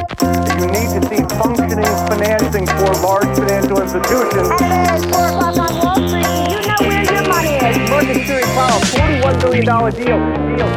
You need to see functioning financing for large financial institutions. At 4 o'clock on Wall Street, you know where your money is. Market Series Powell, $41 billion deal.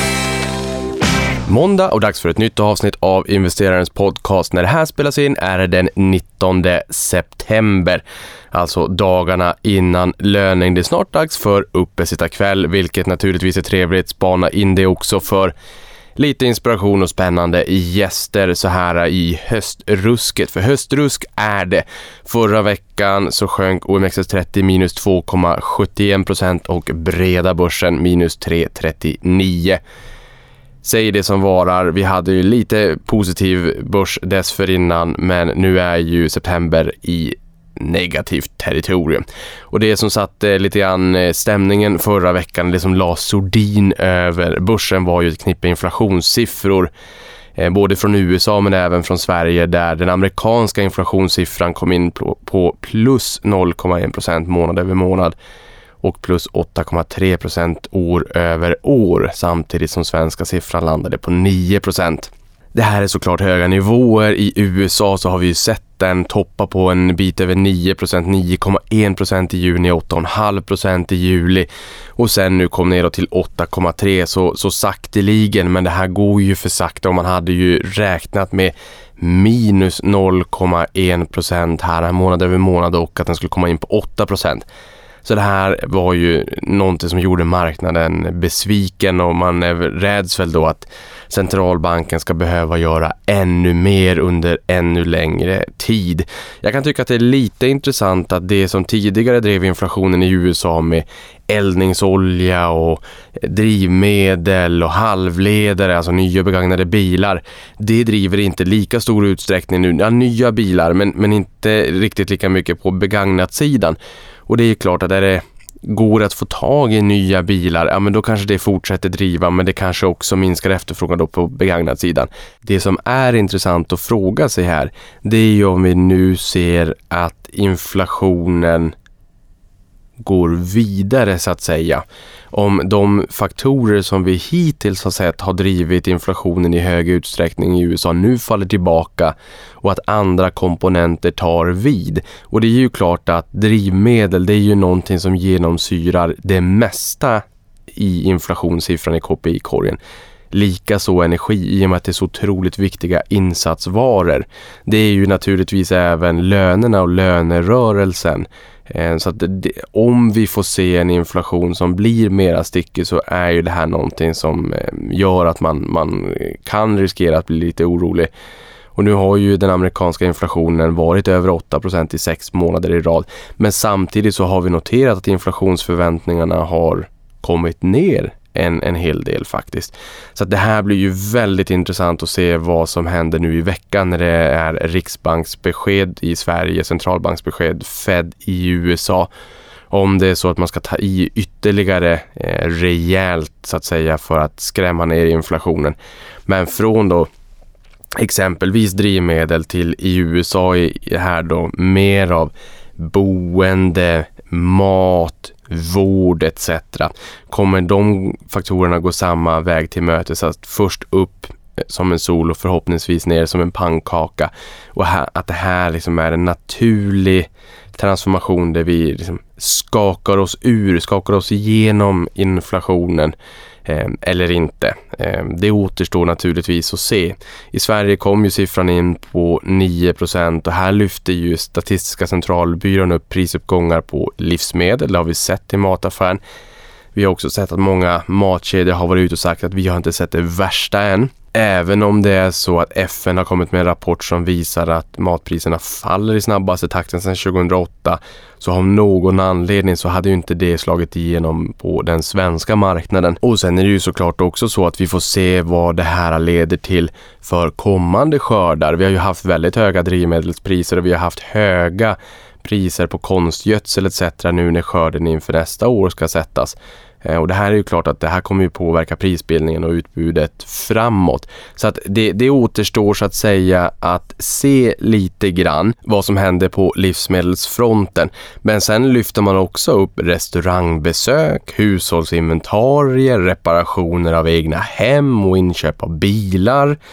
Måndag och dags för ett nytt avsnitt av Investerarens podcast. När det här spelas in är det den 19 september. Alltså dagarna innan löning. Det är snart dags för uppesittarkväll, vilket naturligtvis är trevligt. Spana in det också för lite inspiration och spännande gäster så här i höstrusket. För höstrusk är det. Förra veckan så sjönk OMXS30 minus 2,71% och breda börsen minus 3,39%. Säger det som varar. Vi hade ju lite positiv börs dessförinnan, men nu är ju september i negativt territorium. Och det som satte lite grann stämningen förra veckan, det som la sordin över börsen, var ju ett knippe inflationssiffror. Både från USA men även från Sverige, där den amerikanska inflationssiffran kom in på plus 0,1% månad över månad. Och plus 8,3% år över år, samtidigt som svenska siffran landade på 9%. Det här är såklart höga nivåer. I USA så har vi ju sett den toppa på en bit över 9%, 9,1% i juni, 8,5% i juli. Och sen nu kom ner till 8,3%, så sakteligen, men det här går ju för sakta. Och man hade ju räknat med minus 0,1% här månad över månad och att den skulle komma in på 8%. Så det här var ju någonting som gjorde marknaden besviken, och man räds väl då att centralbanken ska behöva göra ännu mer under ännu längre tid. Jag kan tycka att det är lite intressant att det som tidigare drev inflationen i USA med eldningsolja och drivmedel och halvledare, alltså nya begagnade bilar, det driver inte lika stor utsträckning nu. Ja, nya bilar, men inte riktigt lika mycket på begagnat sidan. Och det är klart att det går att få tag i nya bilar, ja men då kanske det fortsätter driva, men det kanske också minskar efterfrågan då på begagnat sidan. Det som är intressant att fråga sig här, det är ju om vi nu ser att inflationen går vidare så att säga. Om de faktorer som vi hittills har sett har drivit inflationen i hög utsträckning i USA nu faller tillbaka och att andra komponenter tar vid. Och det är ju klart att drivmedel, det är ju någonting som genomsyrar det mesta i inflationssiffran i KPI-korgen. Likaså energi, i och med att det är så otroligt viktiga insatsvaror. Det är ju naturligtvis även lönerna och lönerörelsen. Så att om vi får se en inflation som blir mera stickig, så är ju det här någonting som gör att man kan riskera att bli lite orolig. Och nu har ju den amerikanska inflationen varit över 8% i 6 månader i rad. Men samtidigt så har vi noterat att inflationsförväntningarna har kommit ner en hel del faktiskt. Så att det här blir ju väldigt intressant att se vad som händer nu i veckan när det är riksbanksbesked i Sverige, centralbanksbesked, Fed i USA. Om det är så att man ska ta i ytterligare rejält så att säga för att skrämma ner inflationen. Men från då exempelvis drivmedel till i USA är här då mer av boende, mat, vård etc. Kommer de faktorerna gå samma väg till mötes, så att först upp som en sol och förhoppningsvis ner som en pannkaka, och att det här liksom är en naturlig transformation där vi liksom skakar oss igenom inflationen eller inte. Det återstår naturligtvis att se. I Sverige kom ju siffran in på 9% och här lyfter ju Statistiska centralbyrån upp prisuppgångar på livsmedel. Det har vi sett i mataffären. Vi har också sett att många matkedjor har varit ute och sagt att vi har inte sett det värsta än. Även om det är så att FN har kommit med en rapport som visar att matpriserna faller i snabbaste takten sedan 2008, så av någon anledning så hade ju inte det slagit igenom på den svenska marknaden. Och sen är det ju såklart också så att vi får se vad det här leder till för kommande skördar. Vi har ju haft väldigt höga drivmedelspriser och vi har haft höga priser på konstgödsel etc. nu när skörden inför nästa år ska sättas. Och det här är ju klart att det här kommer ju påverka prisbildningen och utbudet framåt. Så att det återstår så att säga att se lite grann vad som händer på livsmedelsfronten. Men sen lyfter man också upp restaurangbesök, hushållsinventarier, reparationer av egna hem och inköp av bilar.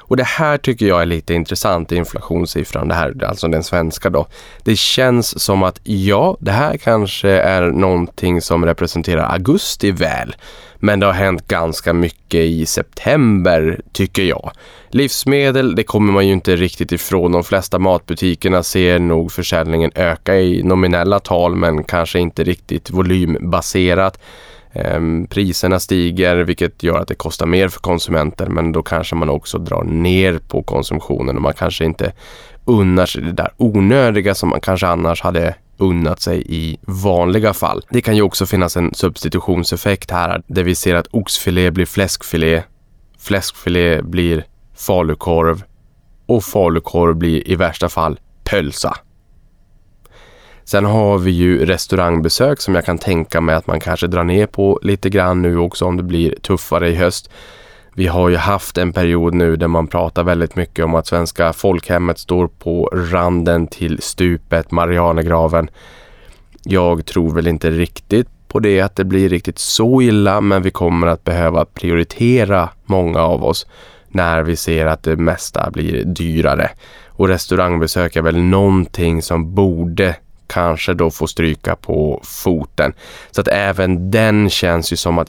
Och det här tycker jag är lite intressant i inflationssiffran, det här, alltså den svenska då. Det känns som att det här kanske är någonting som representerar augusti väl. Men det har hänt ganska mycket i september tycker jag. Livsmedel, det kommer man ju inte riktigt ifrån. De flesta matbutikerna ser nog försäljningen öka i nominella tal men kanske inte riktigt volymbaserat. Priserna stiger vilket gör att det kostar mer för konsumenter, men då kanske man också drar ner på konsumtionen och man kanske inte unnar sig det där onödiga som man kanske annars hade unnat sig i vanliga fall. Det kan ju också finnas en substitutionseffekt här där vi ser att oxfilé blir fläskfilé, fläskfilé blir falukorv och falukorv blir i värsta fall pölsa. Sen har vi ju restaurangbesök som jag kan tänka mig att man kanske drar ner på lite grann nu också om det blir tuffare i höst. Vi har ju haft en period nu där man pratar väldigt mycket om att svenska folkhemmet står på randen till stupet, Marianergraven. Jag tror väl inte riktigt på det att det blir riktigt så illa, men vi kommer att behöva prioritera många av oss när vi ser att det mesta blir dyrare. Och restaurangbesök är väl någonting som borde kanske då få stryka på foten. Så att även den känns ju som att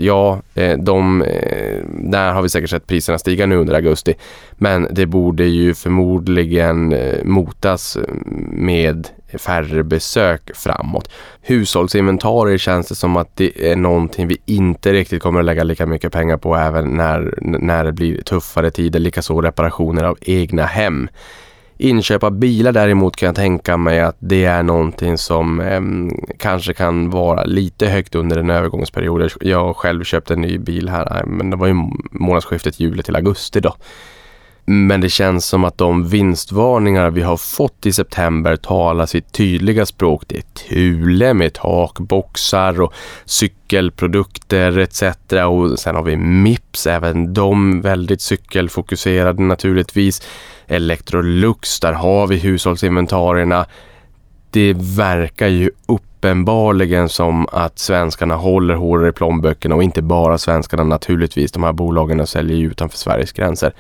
där har vi säkert sett priserna stiga nu under augusti. Men det borde ju förmodligen motas med färre besök framåt. Hushållsinventarier känns det som att det är någonting vi inte riktigt kommer att lägga lika mycket pengar på även när det blir tuffare tider. Likaså reparationer av egna hem. Inköp av bilar däremot kan jag tänka mig att det är någonting som kanske kan vara lite högt under en övergångsperiod. Jag själv köpte en ny bil här, men det var ju månadsskiftet juli till augusti då. Men det känns som att de vinstvarningar vi har fått i september talar sitt tydliga språk. Det är Thule med takboxar och cykelprodukter etc. Och sen har vi Mips, även de väldigt cykelfokuserade naturligtvis. Electrolux, där har vi hushållsinventarierna. Det verkar ju uppenbarligen som att svenskarna håller hårdare i plånböckerna, och inte bara svenskarna naturligtvis. De här bolagen säljer ju utanför Sveriges gränser.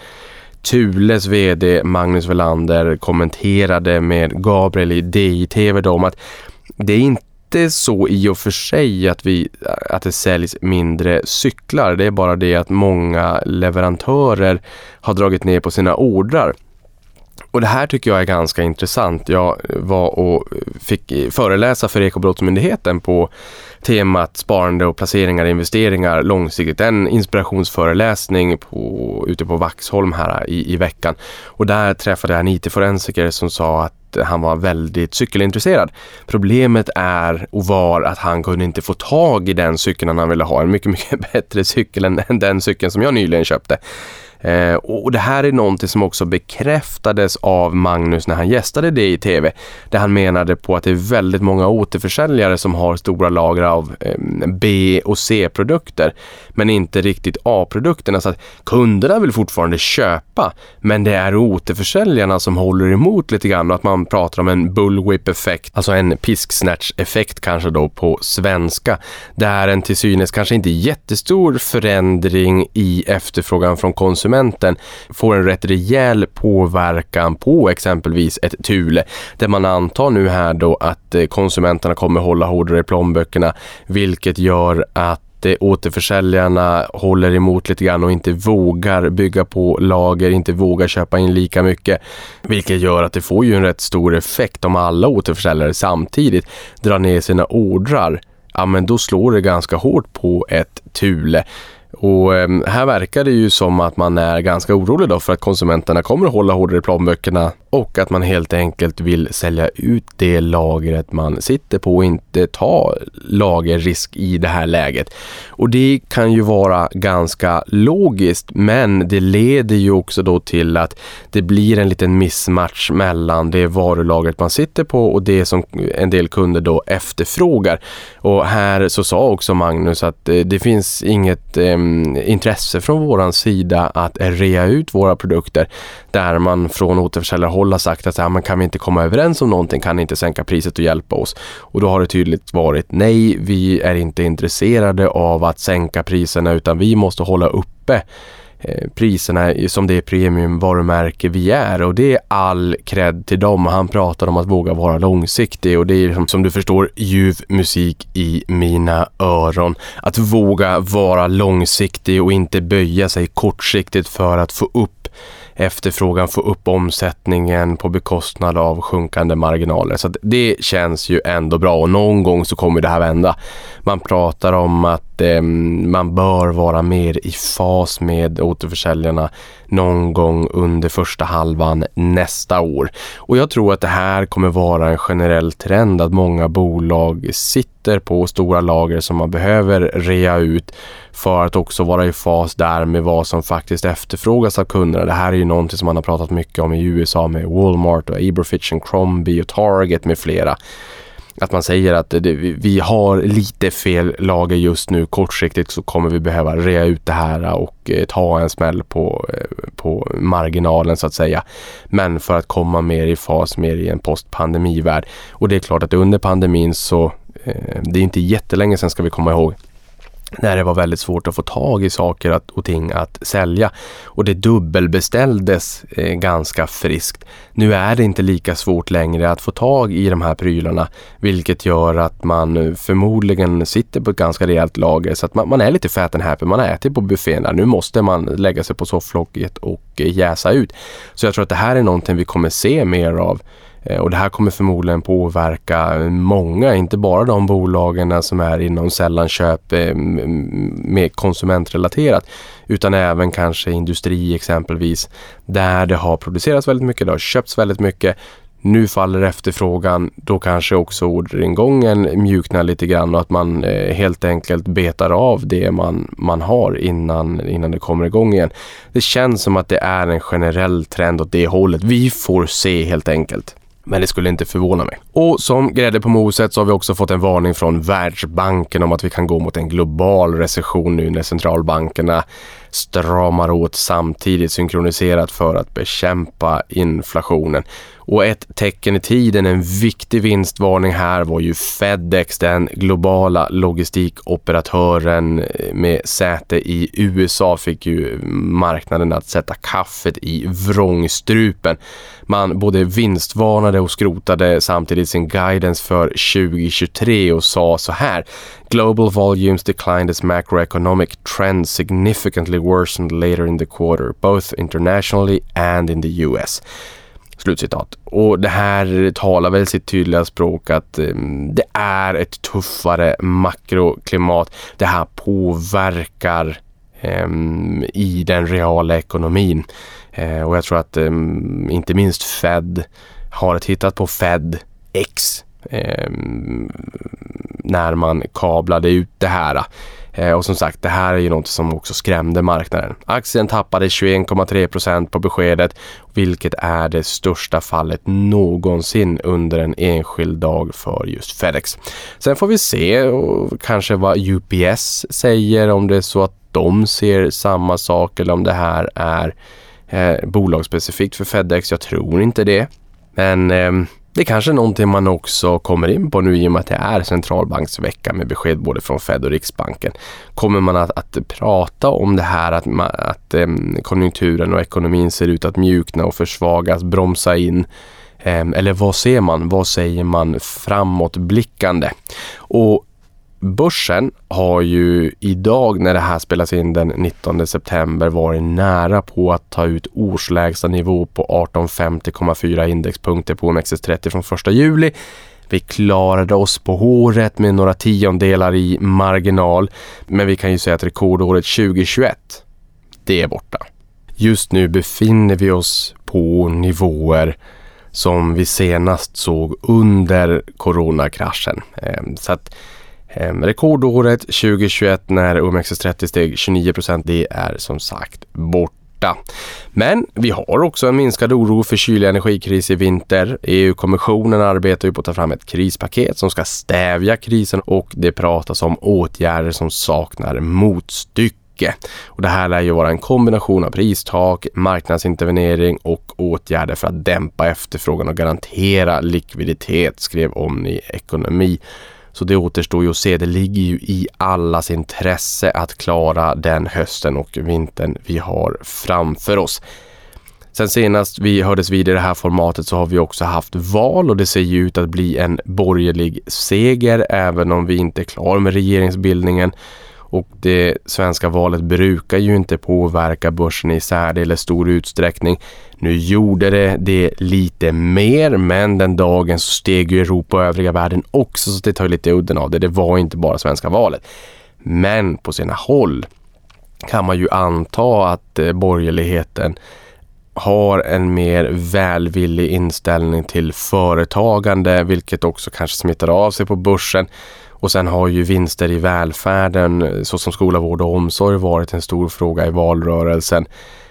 Thules vd Magnus Welander kommenterade med Gabriel i DI-TV om att det är inte så i och för sig att det säljs mindre cyklar. Det är bara det att många leverantörer har dragit ner på sina ordrar. Och det här tycker jag är ganska intressant. Jag var och fick föreläsa för Ekobrottsmyndigheten på temat sparande och placeringar och investeringar långsiktigt. En inspirationsföreläsning ute på Vaxholm här i veckan. Och där träffade jag en IT-forensiker som sa att han var väldigt cykelintresserad. Problemet var att han kunde inte få tag i den cykeln han ville ha. En mycket, mycket bättre cykel än den cykeln som jag nyligen köpte. Och det här är någonting som också bekräftades av Magnus när han gästade det i TV, där han menade på att det är väldigt många återförsäljare som har stora lager av B- och C-produkter men inte riktigt A-produkterna, så att kunderna vill fortfarande köpa, men det är återförsäljarna som håller emot lite grann, och att man pratar om en bullwhip-effekt, alltså en pisksnatch-effekt kanske då på svenska. Det är en till synes kanske inte jättestor förändring i efterfrågan från konsumenten, får en rätt rejäl påverkan på exempelvis ett Thule, där man antar nu här då att konsumenterna kommer hålla hårdare i plånböckerna, vilket gör att återförsäljarna håller emot lite grann och inte vågar bygga på lager, inte vågar köpa in lika mycket, vilket gör att det får ju en rätt stor effekt om alla återförsäljare samtidigt drar ner sina ordrar. Ja, men då slår det ganska hårt på ett Thule. Och här verkar det ju som att man är ganska orolig då för att konsumenterna kommer att hålla hårdare i plånböckerna, och att man helt enkelt vill sälja ut det lagret man sitter på och inte ta lagerrisk i det här läget. Och det kan ju vara ganska logiskt, men det leder ju också då till att det blir en liten mismatch mellan det varulagret man sitter på och det som en del kunder då efterfrågar. Och här så sa också Magnus att det finns inget intresse från våran sida att rea ut våra produkter, där man från återförsäljarhåll har sagt att men kan vi inte komma överens om någonting, kan inte sänka priset och hjälpa oss. Och då har det tydligt varit nej, vi är inte intresserade av att sänka priserna, utan vi måste hålla uppe priserna som det premiumvarumärke vi är, och det är all cred till dem. Han pratar om att våga vara långsiktig, och det är som du förstår ljuv musik i mina öron. Att våga vara långsiktig och inte böja sig kortsiktigt för att få upp efterfrågan, få upp omsättningen på bekostnad av sjunkande marginaler. Så det känns ju ändå bra, och någon gång så kommer det här vända. Man pratar om att man bör vara mer i fas med återförsäljarna någon gång under första halvan nästa år. Och jag tror att det här kommer vara en generell trend, att många bolag sitter på stora lager som man behöver rea ut för att också vara i fas där med vad som faktiskt efterfrågas av kunderna. Det här är ju någonting som man har pratat mycket om i USA med Walmart och Aberfitch & Crombie och Target med flera. Att man säger att vi har lite fel lager just nu, kortsiktigt så kommer vi behöva rea ut det här och ta en smäll på marginalen så att säga. Men för att komma mer i fas, mer i en postpandemivärld. Och det är klart att under pandemin så, det är inte jättelänge sedan ska vi komma ihåg, när det var väldigt svårt att få tag i saker och ting att sälja. Och det dubbelbeställdes ganska friskt. Nu är det inte lika svårt längre att få tag i de här prylarna, vilket gör att man förmodligen sitter på ett ganska rejält lager, så att man är lite fat and happy. Man äter på buffén där. Nu måste man lägga sig på sofflocket och jäsa ut. Så jag tror att det här är någonting vi kommer se mer av. Och det här kommer förmodligen påverka många, inte bara de bolagen som är inom sällanköp med konsumentrelaterat, utan även kanske industri exempelvis, där det har producerats väldigt mycket, det har köpts väldigt mycket. Nu faller efterfrågan, då kanske också orderingången mjuknar lite grann, och att man helt enkelt betar av det man har innan det kommer igång igen. Det känns som att det är en generell trend åt det hållet. Vi får se helt enkelt. Men det skulle inte förvåna mig. Och som grädde på moset så har vi också fått en varning från Världsbanken om att vi kan gå mot en global recession nu när centralbankerna stramar åt samtidigt synkroniserat för att bekämpa inflationen. Och ett tecken i tiden, en viktig vinstvarning här, var ju FedEx, den globala logistikoperatören med säte i USA, fick ju marknaden att sätta kaffet i vrångstrupen. Man både vinstvarnade och skrotade samtidigt sin guidance för 2023 och sa så här: Global volumes declined as macroeconomic trends significantly worsened later in the quarter, both internationally and in the US. Slutcitat. Och det här talar väl sitt tydliga språk att det är ett tuffare makroklimat. Det här påverkar i den reala ekonomin. Och jag tror att inte minst Fed har tittat på FedEx när man kablade ut det här. Och som sagt, det här är ju något som också skrämde marknaden. Aktien tappade 21,3% på beskedet, vilket är det största fallet någonsin under en enskild dag för just FedEx. Sen får vi se och kanske vad UPS säger, om det är så att de ser samma sak eller om det här är bolagsspecifikt för FedEx. Jag tror inte det. Men det är kanske någonting man också kommer in på nu i och med att det är centralbanksvecka med besked både från Fed och Riksbanken. Kommer man att prata om det här att konjunkturen och ekonomin ser ut att mjukna och försvagas, bromsa in? Eller vad ser man? Vad säger man framåtblickande? Och börsen har ju idag, när det här spelas in den 19 september, varit nära på att ta ut årslägsta nivå på 1850,4 indexpunkter på OMXS30 från 1 juli. Vi klarade oss på håret med några tiondelar i marginal, men vi kan ju säga att rekordåret 2021, det är borta. Just nu befinner vi oss på nivåer som vi senast såg under coronakraschen. Så att rekordåret 2021 när OMXS30 steg 29%, det är som sagt borta. Men vi har också en minskad oro för kylig energikris i vinter. EU-kommissionen arbetar ju på att ta fram ett krispaket som ska stävja krisen, och det pratas om åtgärder som saknar motstycke. Och det här lär ju vara en kombination av pristak, marknadsintervenering och åtgärder för att dämpa efterfrågan och garantera likviditet, skrev Omni Ekonomi. Så det återstår ju att se. Det ligger ju i allas intresse att klara den hösten och vintern vi har framför oss. Sen senast vi hördes vid i det här formatet så har vi också haft val och det ser ju ut att bli en borgerlig seger även om vi inte är klar med regeringsbildningen. Och det svenska valet brukar ju inte påverka börsen i särdeles stor utsträckning. Nu gjorde det lite mer, men den dagen så steg ju Europa och övriga världen också, så det tar lite udden av det. Det var inte bara svenska valet. Men på sina håll kan man ju anta att borgerligheten har en mer välvillig inställning till företagande, vilket också kanske smittar av sig på börsen. Och sen har ju vinster i välfärden såsom skola, vård och omsorg varit en stor fråga i valrörelsen.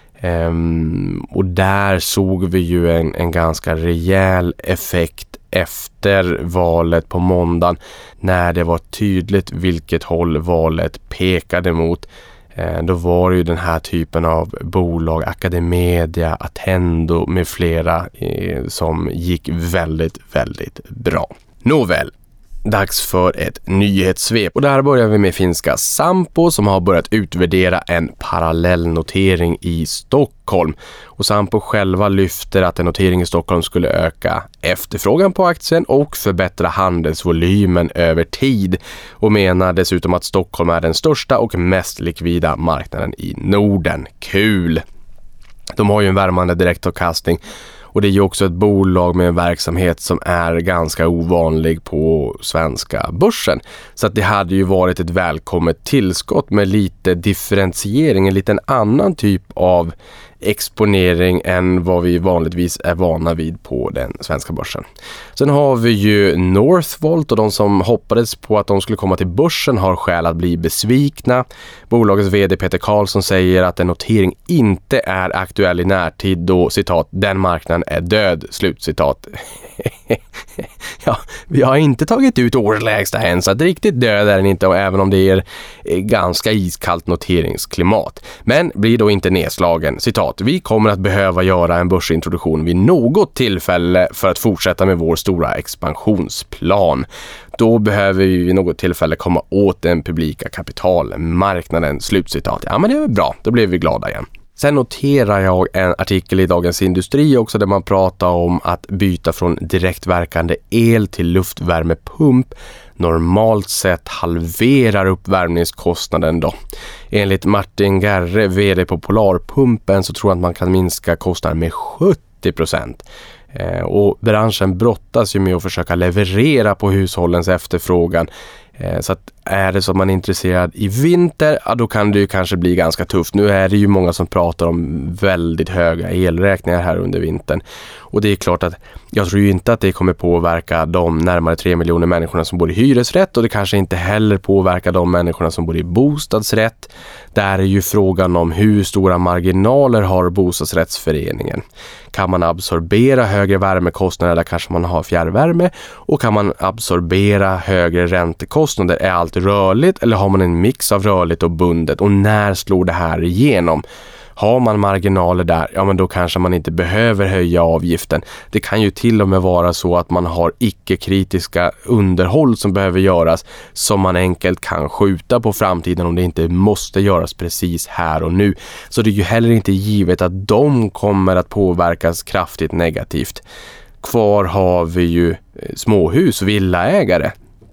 Och där såg vi ju en ganska rejäl effekt efter valet på måndagen när det var tydligt vilket håll valet pekade mot. Då var det ju den här typen av bolag, Academedia, Attendo med flera som gick väldigt, väldigt bra. Nåväl. Dags för ett nyhetssvep och där börjar vi med finska Sampo som har börjat utvärdera en parallellnotering i Stockholm. Och Sampo själva lyfter att en notering i Stockholm skulle öka efterfrågan på aktien och förbättra handelsvolymen över tid. Och menar dessutom att Stockholm är den största och mest likvida marknaden i Norden. Kul! De har ju en värmande direktavkastning. Och det är ju också ett bolag med en verksamhet som är ganska ovanlig på svenska börsen. Så att det hade ju varit ett välkommet tillskott med lite differentiering, en liten annan typ av exponering än vad vi vanligtvis är vana vid på den svenska börsen. Sen har vi ju Northvolt och de som hoppades på att de skulle komma till börsen har skäl att bli besvikna. Bolagets vd Peter Karlsson säger att en notering inte är aktuell i närtid då, citat, den marknaden är död, slutcitat. Ja, vi har inte tagit ut årslägsta än så att riktigt död är den inte, och även om det är ganska iskallt noteringsklimat. Men blir då inte nedslagen, citat, vi kommer att behöva göra en börsintroduktion vid något tillfälle för att fortsätta med vår stora expansionsplan. Då behöver vi vid något tillfälle komma åt den publika kapitalmarknaden, slutcitat. Ja, men det är bra, då blir vi glada igen. Sen noterar jag en artikel i Dagens Industri också där man pratar om att byta från direktverkande el till luftvärmepump normalt sett halverar uppvärmningskostnaden då. Enligt Martin Gerre, vd på Polarpumpen, så tror han att man kan minska kostnaden med 70%. Och branschen brottas ju med att försöka leverera på hushållens efterfrågan. Så att är det så att man är intresserad i vinter, ja, då kan det ju kanske bli ganska tufft. Nu är det ju många som pratar om väldigt höga elräkningar här under vintern. Och det är klart att jag tror ju inte att det kommer påverka de närmare 3 miljoner människorna som bor i hyresrätt, och det kanske inte heller påverkar de människorna som bor i bostadsrätt. Där är ju frågan om hur stora marginaler har bostadsrättsföreningen. Kan man absorbera högre värmekostnader, där kanske man har fjärrvärme, och kan man absorbera högre räntekostnader? Är allt rörligt eller har man en mix av rörligt och bundet, och när slår det här igenom? Har man marginaler där, ja men då kanske man inte behöver höja avgiften. Det kan ju till och med vara så att man har icke-kritiska underhåll som behöver göras som man enkelt kan skjuta på framtiden om det inte måste göras precis här och nu. Så det är ju heller inte givet att de kommer att påverkas kraftigt negativt. Kvar har vi ju småhus, villaägare.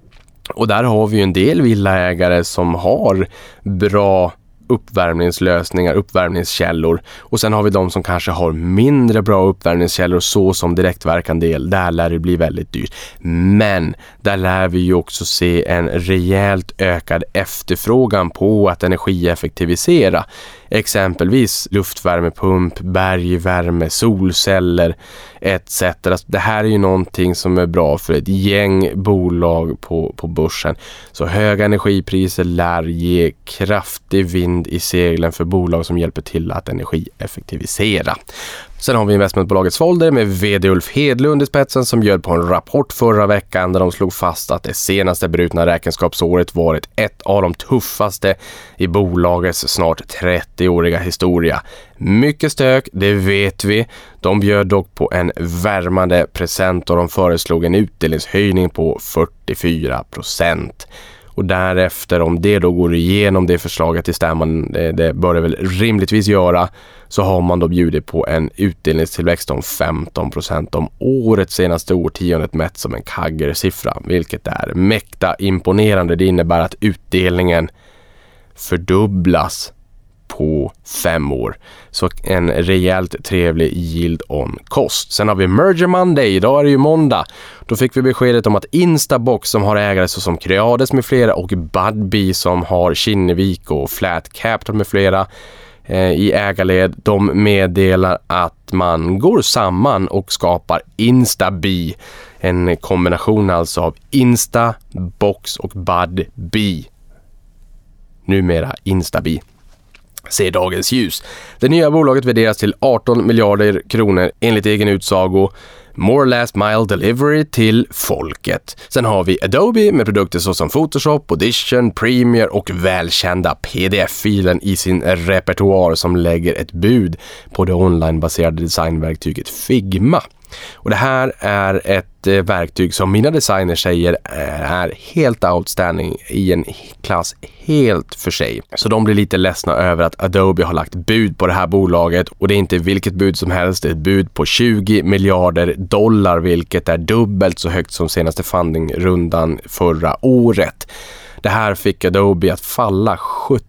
Och där har vi ju en del villaägare som har bra uppvärmningslösningar, uppvärmningskällor, och sen har vi de som kanske har mindre bra uppvärmningskällor så som direktverkande el. Där lär det bli väldigt dyrt. Men där lär vi ju också se en rejält ökad efterfrågan på att energieffektivisera. Exempelvis luftvärmepump, bergvärme, solceller etc. Det här är ju någonting som är bra för ett gäng bolag på börsen. Så höga energipriser lär ge kraftig vind i seglen för bolag som hjälper till att energieffektivisera. Sen har vi investmentbolaget Svolder med vd Ulf Hedlund i spetsen som bjöd på en rapport förra veckan där de slog fast att det senaste brutna räkenskapsåret varit ett av de tuffaste i bolagets snart 30-åriga historia. Mycket stök, det vet vi. De bjöd dock på en värmande present och de föreslog en utdelningshöjning på 44%. Och därefter, om det då går igenom det förslaget i stämman, det bör det väl rimligtvis göra, så har man då bjudit på en utdelningstillväxt om 15% om året senaste årtiondet mätt som en kaggersiffra, vilket är mäkta imponerande. Det innebär att utdelningen fördubblas på 5 år. Så en rejält trevlig yield on cost. Sen har vi Merger Monday. Idag är det ju måndag. Då fick vi beskedet om att Instabox som har ägare som Creades med flera och Budbee som har Kinnevik och Flat Capital med flera i ägarled, de meddelar att man går samman och skapar Instabee. En kombination alltså av Instabox och Budbee. Numera Instabee. Se dagens ljus. Det nya bolaget värderas till 18 miljarder kronor enligt egen utsago. More last mile delivery till folket. Sen har vi Adobe med produkter såsom Photoshop, Audition, Premiere och välkända PDF-filen i sin repertoar som lägger ett bud på det onlinebaserade designverktyget Figma. Och det här är ett verktyg som mina designers säger är helt outstanding i en klass helt för sig. Så de blir lite ledsna över att Adobe har lagt bud på det här bolaget och det är inte vilket bud som helst, det är ett bud på 20 miljarder dollar vilket är dubbelt så högt som senaste fundingrundan förra året. Det här fick Adobe att falla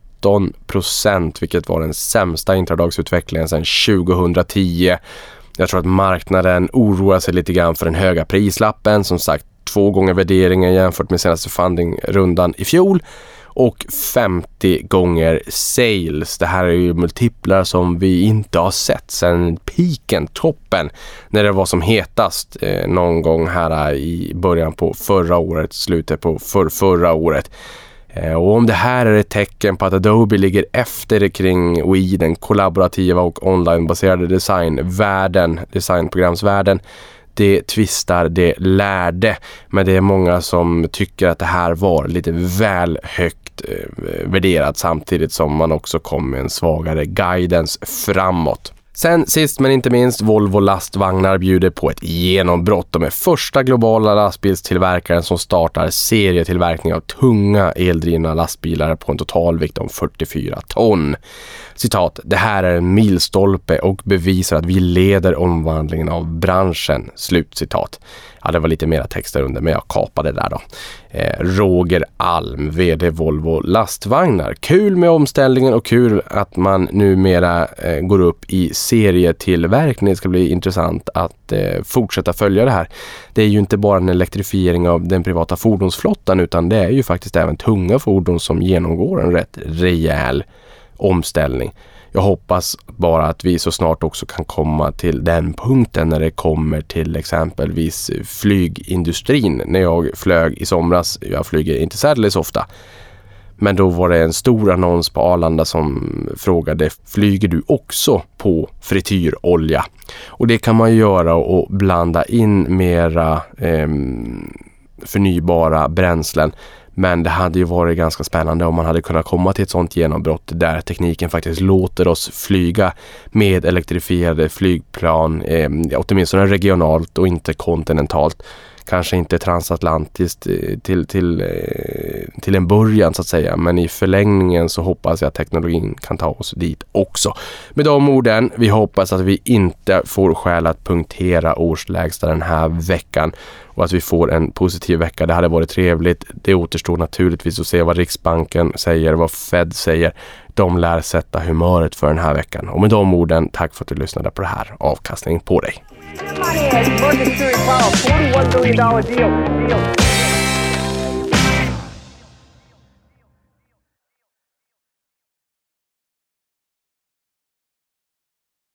17%, vilket var den sämsta intradagsutvecklingen sedan 2010. Jag tror att marknaden oroar sig lite grann för den höga prislappen. Som sagt, 2 gånger värderingen jämfört med senaste fundingrundan i fjol. Och 50 gånger sales. Det här är ju multiplar som vi inte har sett sedan piken, toppen. När det var som hetast någon gång här i början på förra året, slutet på förra året. Och om det här är ett tecken på att Adobe ligger efter kring WE, den kollaborativa och onlinebaserade designprogramsvärlden, det tvistar det lärde. Men det är många som tycker att det här var lite väl högt värderat samtidigt som man också kom med en svagare guidance framåt. Sen sist men inte minst, Volvo lastvagnar bjuder på ett genombrott. De är första globala lastbilstillverkaren som startar serietillverkning av tunga eldrivna lastbilar på en totalvikt om 44 ton. Citat, det här är en milstolpe och bevisar att vi leder omvandlingen av branschen. Slutcitat. Ja, det var lite mera texter under men jag kapade det där då. Roger Alm, vd Volvo lastvagnar. Kul med omställningen och kul att man numera går upp i serietillverkning. Det ska bli intressant att fortsätta följa det här. Det är ju inte bara en elektrifiering av den privata fordonsflottan utan det är ju faktiskt även tunga fordon som genomgår en rätt rejäl omställning. Jag hoppas bara att vi så snart också kan komma till den punkten när det kommer till exempelvis flygindustrin. När jag flög i somras, jag flyger inte särskilt ofta, men då var det en stor annons på Arlanda som frågade, flyger du också på frityrolja? Och det kan man göra och blanda in mera förnybara bränslen. Men det hade ju varit ganska spännande om man hade kunnat komma till ett sånt genombrott där tekniken faktiskt låter oss flyga med elektrifierade flygplan, åtminstone regionalt och inte kontinentalt. Kanske inte transatlantiskt till en början så att säga, men i förlängningen så hoppas jag att teknologin kan ta oss dit också. Med de orden, vi hoppas att vi inte får skäl att punktera årslägsta den här veckan och att vi får en positiv vecka. Det hade varit trevligt. Det återstår naturligtvis att se vad Riksbanken säger, vad Fed säger. De lär sätta humöret för den här veckan. Och med de orden, tack för att du lyssnade på det här. Avkastning på dig. Morgan Sterling Powell, $41 billion deal.